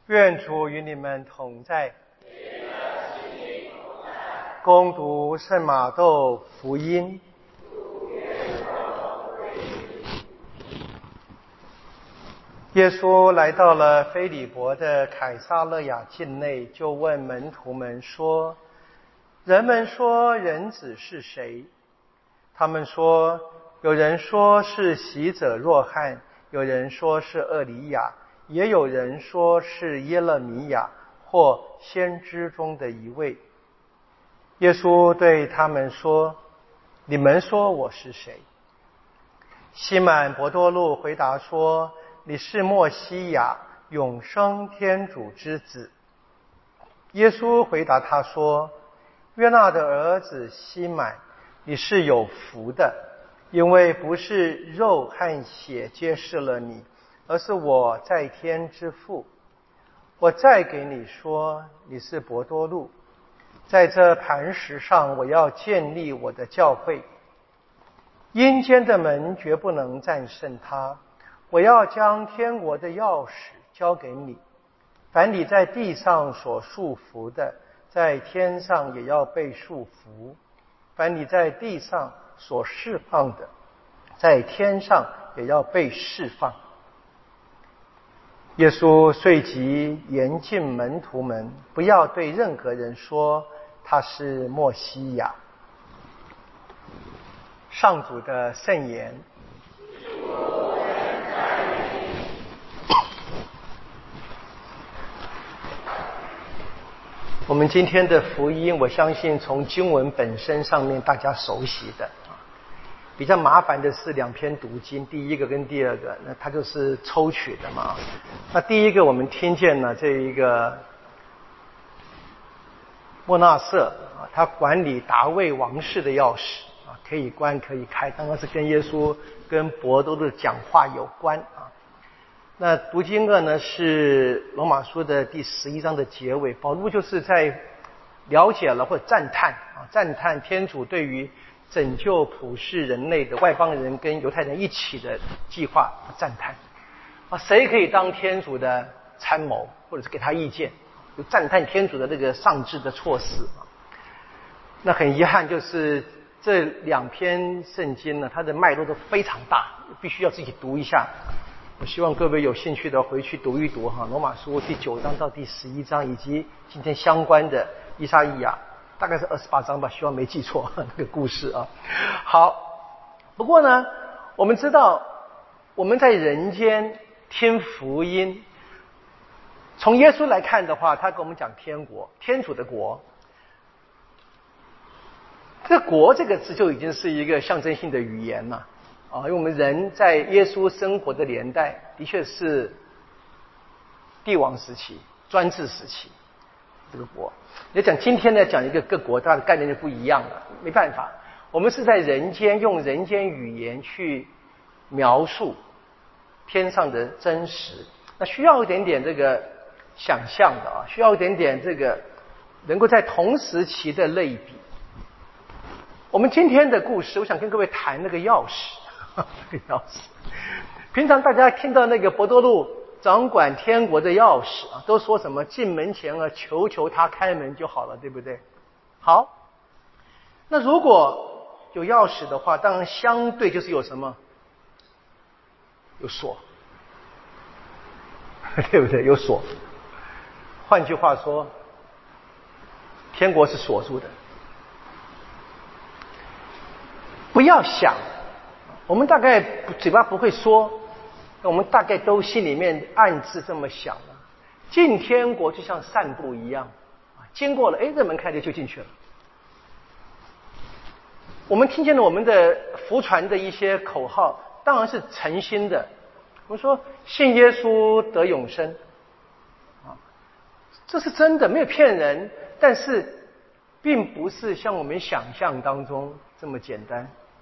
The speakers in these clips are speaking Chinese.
愿主与你们同在。恭读圣马窦福音。耶稣来到了腓利伯的凯撒勒雅境内，就问门徒们说：人们说人子是谁？他们说，有人说是洗者若翰，有人说是厄里亚，也有人说是耶勒米亚或先知中的一位。耶稣对他们说：你们说我是谁？西满伯多禄回答说：你是默西亚，永生天主之子。耶稣回答他说：约纳的儿子西满，你是有福的，因为不是肉和血揭示了你，而是我在天之父。我再给你说，你是伯多禄，在这磐石上我要建立我的教会，阴间的门绝不能战胜它。我要将天国的钥匙交给你，凡你在地上所束缚的，在天上也要被束缚；凡你在地上所释放的，在天上也要被释放。耶稣遂即严禁门徒们不要对任何人说他是默西亚。上主的圣言。我们今天的福音，我相信从经文本身上面大家熟悉的，比较麻烦的是两篇读经，第一个跟第二个，那它就是抽取的嘛。那第一个我们听见了这一个莫纳瑟啊，他管理达卫王室的钥匙啊，可以关可以开，当然是跟耶稣跟伯多禄的讲话有关啊。那读经呢是罗马书的第11章的结尾，保禄就是在了解了或者赞叹天主对于拯救普世人类的外邦人跟犹太人一起的计划，赞叹啊，谁可以当天主的参谋或者是给他意见，就赞叹天主的这个上智的措施啊。那很遗憾，就是这两篇圣经呢，它的脉络都非常大，必须要自己读一下。我希望各位有兴趣的回去读一读罗马书第9章到第11章，以及今天相关的以赛亚，大概是28章吧，希望没记错那个故事啊。好，不过呢，我们知道我们在人间听福音，从耶稣来看的话，他跟我们讲天国，天主的国。这国这个字就已经是一个象征性的语言了因为我们人在耶稣生活的年代的确是帝王时期、专制时期，这个国。你讲今天呢，讲一个各国，它的概念就不一样了，没办法，我们是在人间用人间语言去描述天上的真实，那需要一点点这个想象的需要一点点这个能够在同时期的类比。我们今天的故事，我想跟各位谈那个钥匙。这个钥匙，平常大家听到那个伯多禄掌管天国的钥匙都说什么进门前求求他开门就好了，对不对？好，那如果有钥匙的话，当然相对就是有什么？有锁，对不对？有锁。换句话说，天国是锁住的。不要想，我们大概嘴巴不会说，我们大概都心里面暗自这么想了。进天国就像散步一样，经过了，这门开了就进去了。我们听见了我们的福传的一些口号，当然是诚心的。我们说信耶稣得永生，这是真的，没有骗人，但是并不是像我们想象当中这么简单。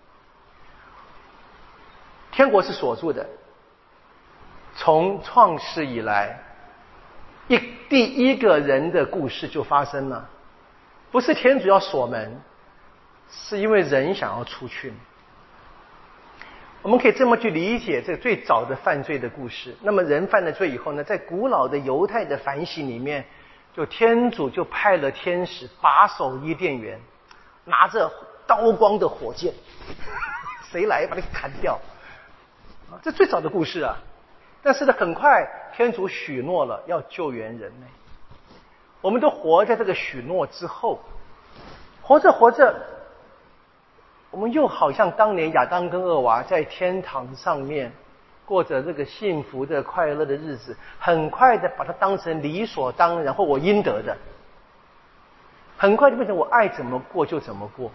天国是锁住的，从创世以来，第一个人的故事就发生了，不是天主要锁门，是因为人想要出去。 我们可以这么去理解这最早的犯罪的故事。那么人犯了罪以后呢，在古老的犹太的反省里面，就天主就派了天使把守伊甸园，拿着刀光的火箭，谁来把你砍掉啊？这最早的故事啊。但是呢，很快天主许诺了要救援人类。我们都活在这个许诺之后，活着活着，我们又好像当年亚当跟厄娃在天堂上面过着这个幸福的快乐的日子，很快的把它当成理所当然或我应得的，很快就变成我爱怎么过就怎么过，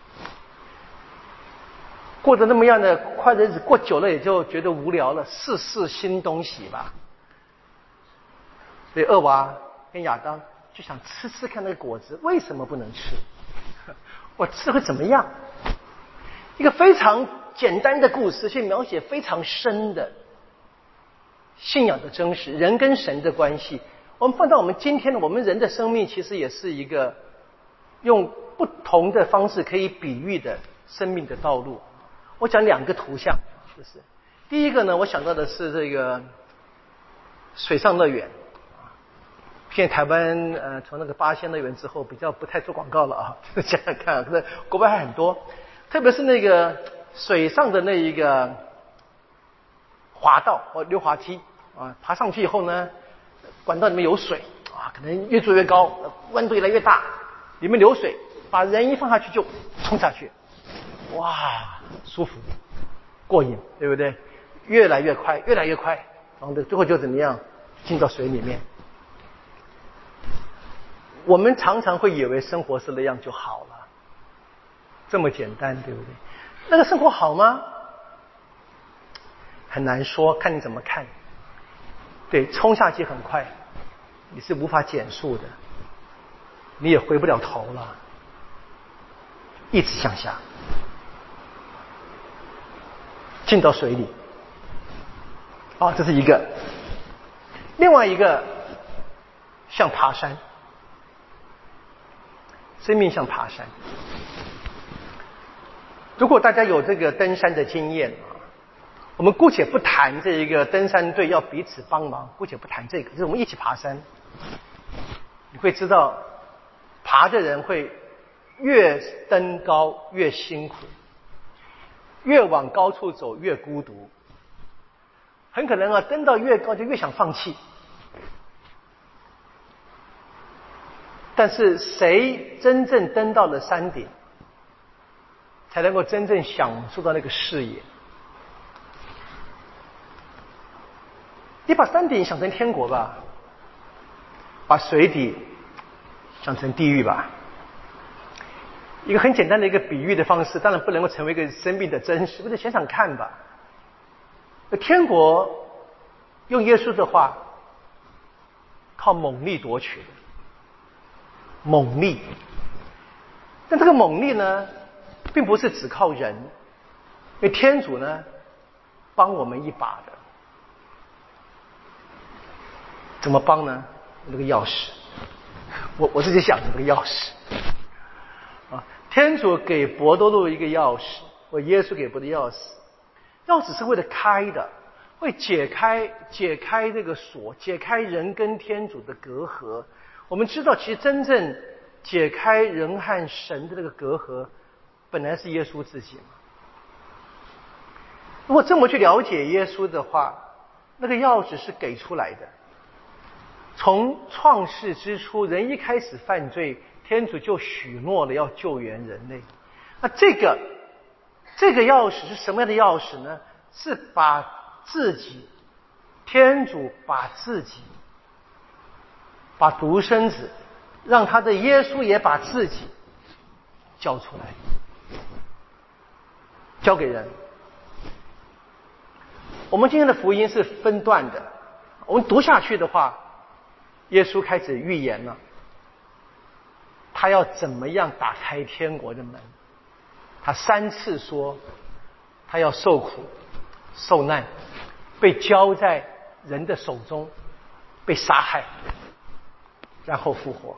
过着那么样的快乐日子，过久了也就觉得无聊了，试试新东西吧。所以厄娃跟亚当就想吃吃看那个果子，为什么不能吃？我吃会怎么样？一个非常简单的故事，去描写非常深的信仰的真实，人跟神的关系。我们放到我们今天的我们人的生命，其实也是一个用不同的方式可以比喻的生命的道路。我讲两个图像，就是第一个呢，我想到的是这个水上乐园。现在台湾从那个八仙乐园之后，比较不太做广告了啊。想想看，可是国外还很多，特别是那个水上的那一个滑道或溜滑梯啊，爬上去以后呢，管道里面有水啊，可能越做越高，温度越来越大，里面流水，把人一放下去就冲下去，哇，舒服，过瘾，对不对？越来越快，越来越快，然后最后就怎么样，进到水里面。我们常常会以为生活是那样就好了，这么简单，对不对？那个生活好吗？很难说，看你怎么看。对，冲下去很快，你是无法减速的，你也回不了头了，一直向下，进到水里。啊，这是一个。另外一个像爬山。生命像爬山。如果大家有这个登山的经验啊，我们姑且不谈这一个登山队要彼此帮忙，姑且不谈这个，就是我们一起爬山，你会知道，爬的人会越登高越辛苦，越往高处走越孤独，很可能啊，登到越高就越想放弃。但是谁真正登到了山顶，才能够真正享受到那个视野。你把山顶想成天国吧，把水底想成地狱吧。一个很简单的一个比喻的方式，当然不能够成为一个生命的真实，不是想想看吧。天国用耶稣的话，靠猛力夺取的。猛力，但这个猛力呢，并不是只靠人，因为天主呢，帮我们一把的。怎么帮呢？那个钥匙，我自己想的这个钥匙啊，天主给伯多禄一个钥匙，或耶稣给伯的钥匙，钥匙是为了开的，会解开这个锁，解开人跟天主的隔阂。我们知道，其实真正解开人和神的这个隔阂，本来是耶稣自己嘛。如果这么去了解耶稣的话，那个钥匙是给出来的。从创世之初，人一开始犯罪，天主就许诺了要救援人类。那这个钥匙是什么样的钥匙呢？是把自己，天主把自己。把独生子，让他的耶稣也把自己交出来，交给人。我们今天的福音是分段的，我们读下去的话，耶稣开始预言了，他要怎么样打开天国的门。他3次说，他要受苦、受难，被交在人的手中，被杀害。然后复活。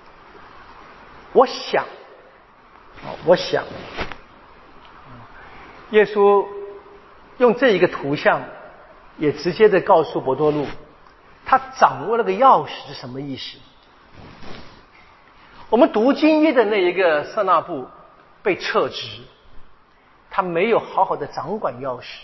我想， 耶稣用这一个图像，也直接的告诉伯多禄，他掌握了个钥匙是什么意思。我们读经义的那一个色那布被撤职，他没有好好的掌管钥匙。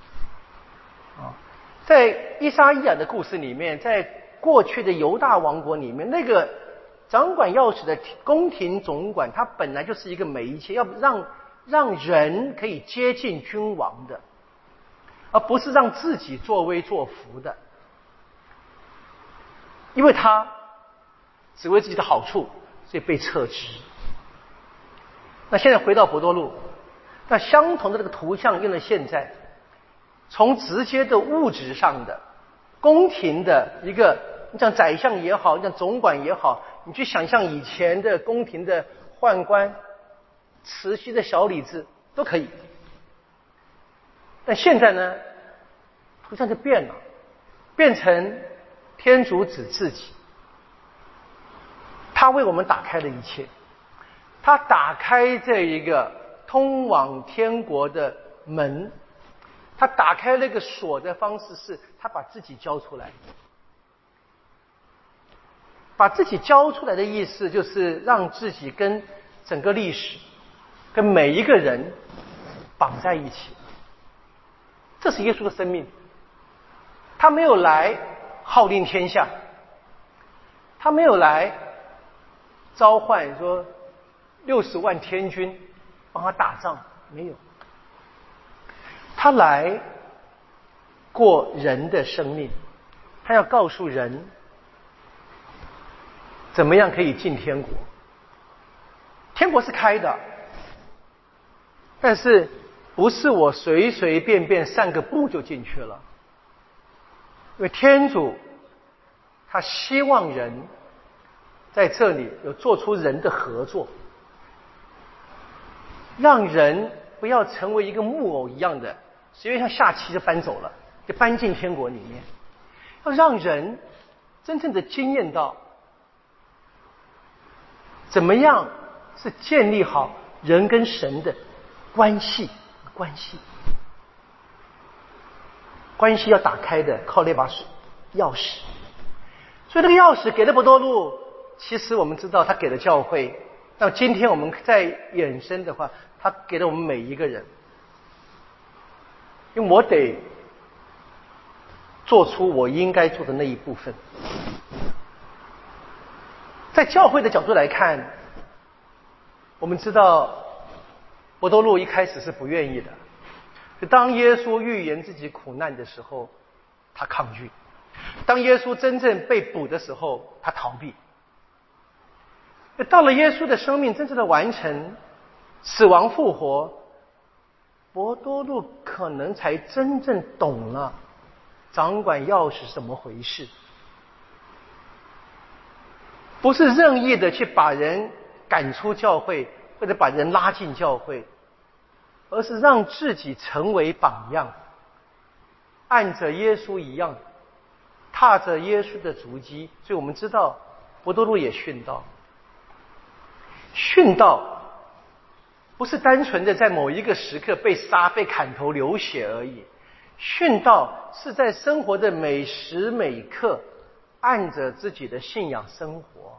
在以撒意亚的故事里面，在过去的犹大王国里面，那个掌管钥匙的宫廷总管，他本来就是一个媒介，要让人可以接近君王的，而不是让自己作威作福的。因为他只为自己的好处，所以被撤职。那现在回到伯多禄，那相同的这个图像用了现在，从直接的物质上的宫廷的一个，你像宰相也好，你像总管也好，你去想象以前的宫廷的宦官、慈禧的小李子都可以。但现在呢，图像就变了，变成天主子自己，他为我们打开了一切，他打开这一个通往天国的门，他打开那个锁的方式是他把自己交出来。把自己交出来的意思就是让自己跟整个历史跟每一个人绑在一起。这是耶稣的生命，他没有来号令天下，他没有来召唤说60万天军帮他打仗，没有，他来过人的生命，他要告诉人怎么样可以进天国。天国是开的，但是不是我随随便便散个步就进去了。因为天主他希望人在这里有做出人的合作，让人不要成为一个木偶一样的随便像下棋就搬走了，就搬进天国里面，要让人真正的经验到怎么样是建立好人跟神的关系要打开的，靠那把钥匙。所以这个钥匙给了伯多禄，其实我们知道他给了教会，那今天我们再衍生的话，他给了我们每一个人。因为我得做出我应该做的那一部分。在教会的角度来看，我们知道伯多禄一开始是不愿意的，就当耶稣预言自己苦难的时候，他抗拒；当耶稣真正被捕的时候，他逃避。到了耶稣的生命真正的完成，死亡复活，伯多禄可能才真正懂了掌管钥匙是怎么回事。不是任意的去把人赶出教会，或者把人拉进教会，而是让自己成为榜样，按着耶稣一样，踏着耶稣的足迹。所以我们知道伯多禄也殉道。殉道不是单纯的在某一个时刻被杀、被砍头流血而已，殉道是在生活的每时每刻按着自己的信仰生活。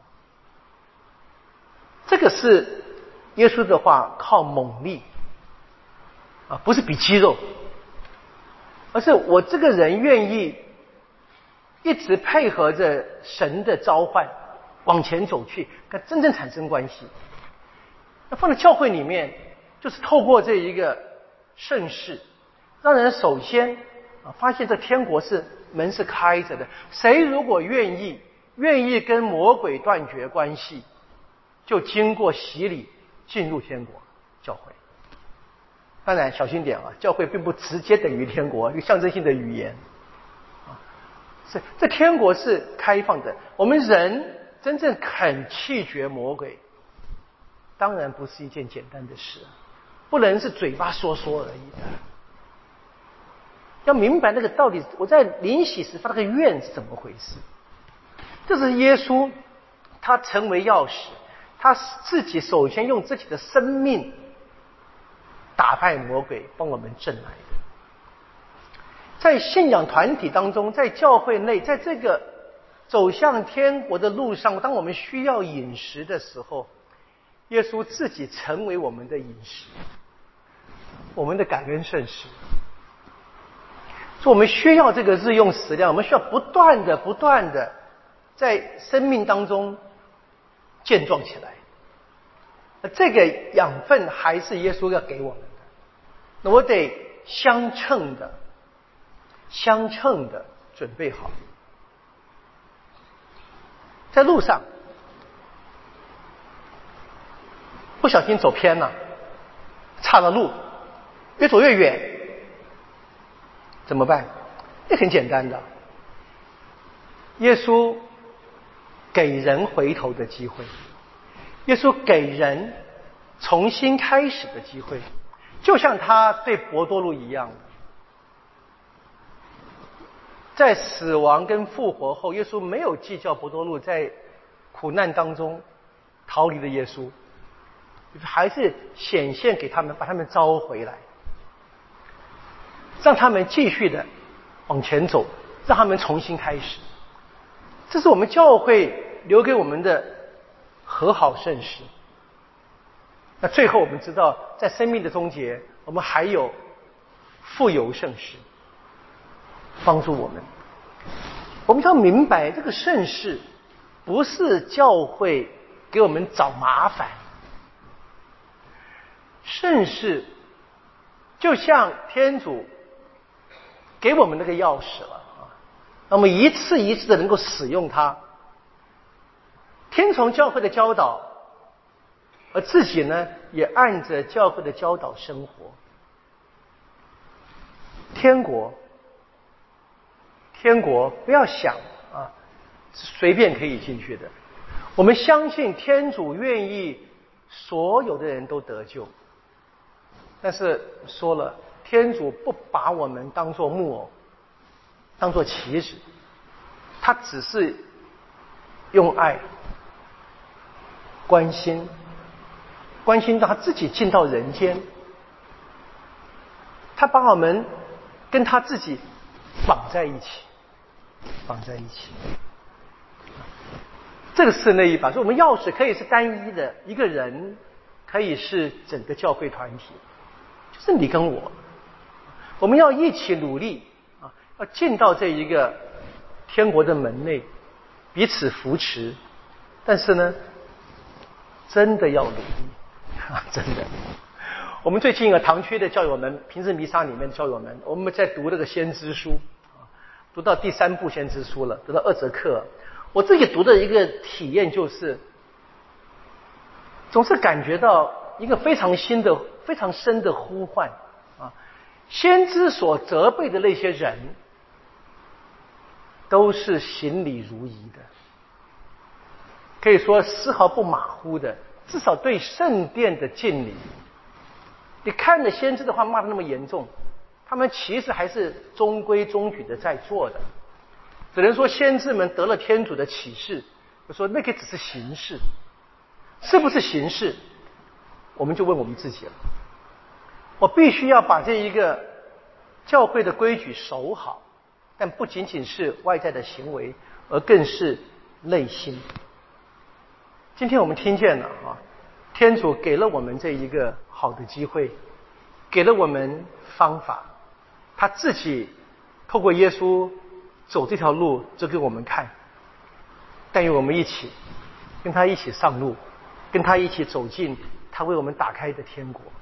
这个是耶稣的话，靠猛力不是比肌肉，而是我这个人愿意一直配合着神的召唤往前走去，跟真正产生关系。那放在教会里面，就是透过这一个盛世，让人首先发现这天国是门是开着的。谁如果愿意跟魔鬼断绝关系，就经过洗礼进入天国。教会当然小心点教会并不直接等于天国，一个象征性的语言这天国是开放的。我们人真正肯弃绝魔鬼，当然不是一件简单的事，不能是嘴巴说说而已的。要明白那个到底我在临洗时发那个愿是怎么回事。这是耶稣他成为钥匙，他自己首先用自己的生命打打败魔鬼，帮我们挣来的。在信仰团体当中，在教会内，在这个走向天国的路上，当我们需要饮食的时候，耶稣自己成为我们的饮食，我们的感恩圣食。所以我们需要这个日用食粮，我们需要不断的在生命当中健壮起来。这个养分还是耶稣要给我们的，那我得相称的准备好。在路上不小心走偏了，岔了路，越走越远，怎么办？也很简单的，耶稣给人回头的机会，耶稣给人重新开始的机会，就像他对伯多禄一样。在死亡跟复活后，耶稣没有计较伯多禄在苦难当中逃离了耶稣，还是显现给他们，把他们招回来，让他们继续的往前走，让他们重新开始。这是我们教会留给我们的和好圣事。那最后我们知道，在生命的终结，我们还有富有圣事帮助我们。我们要明白，这个圣事不是教会给我们找麻烦，圣事就像天主给我们那个钥匙了啊，那么一次一次的能够使用它，听从教会的教导，而自己呢也按着教会的教导生活。天国不要想啊，随便可以进去的。我们相信天主愿意所有的人都得救，但是说了，天主不把我们当作木偶，当作棋子，他只是用爱关心到他自己进到人间，他把我们跟他自己绑在一起。这个是那一把，所以我们钥匙可以是单一的，一个人可以是整个教会团体，就是你跟我们要一起努力啊，要进到这一个天国的门内，彼此扶持。但是呢，真的要努力啊，真的。我们最近堂区的教友们，平时弥撒里面的教友们，我们在读那个先知书，读到第3部先知书了，读到2节课。我自己读的一个体验就是，总是感觉到一个非常深的呼唤啊！先知所责备的那些人，都是行礼如仪的，可以说丝毫不马虎的，至少对圣殿的敬礼。你看着先知的话骂得那么严重，他们其实还是中规中矩的在做的。只能说先知们得了天主的启示，就说那个只是形式，是不是形式，我们就问我们自己了。我必须要把这一个教会的规矩守好，但不仅仅是外在的行为，而更是内心。今天我们听见了啊，天主给了我们这一个好的机会，给了我们方法，他自己透过耶稣走这条路，就给我们看。但愿我们一起跟他一起上路，跟他一起走进他为我们打开的天国。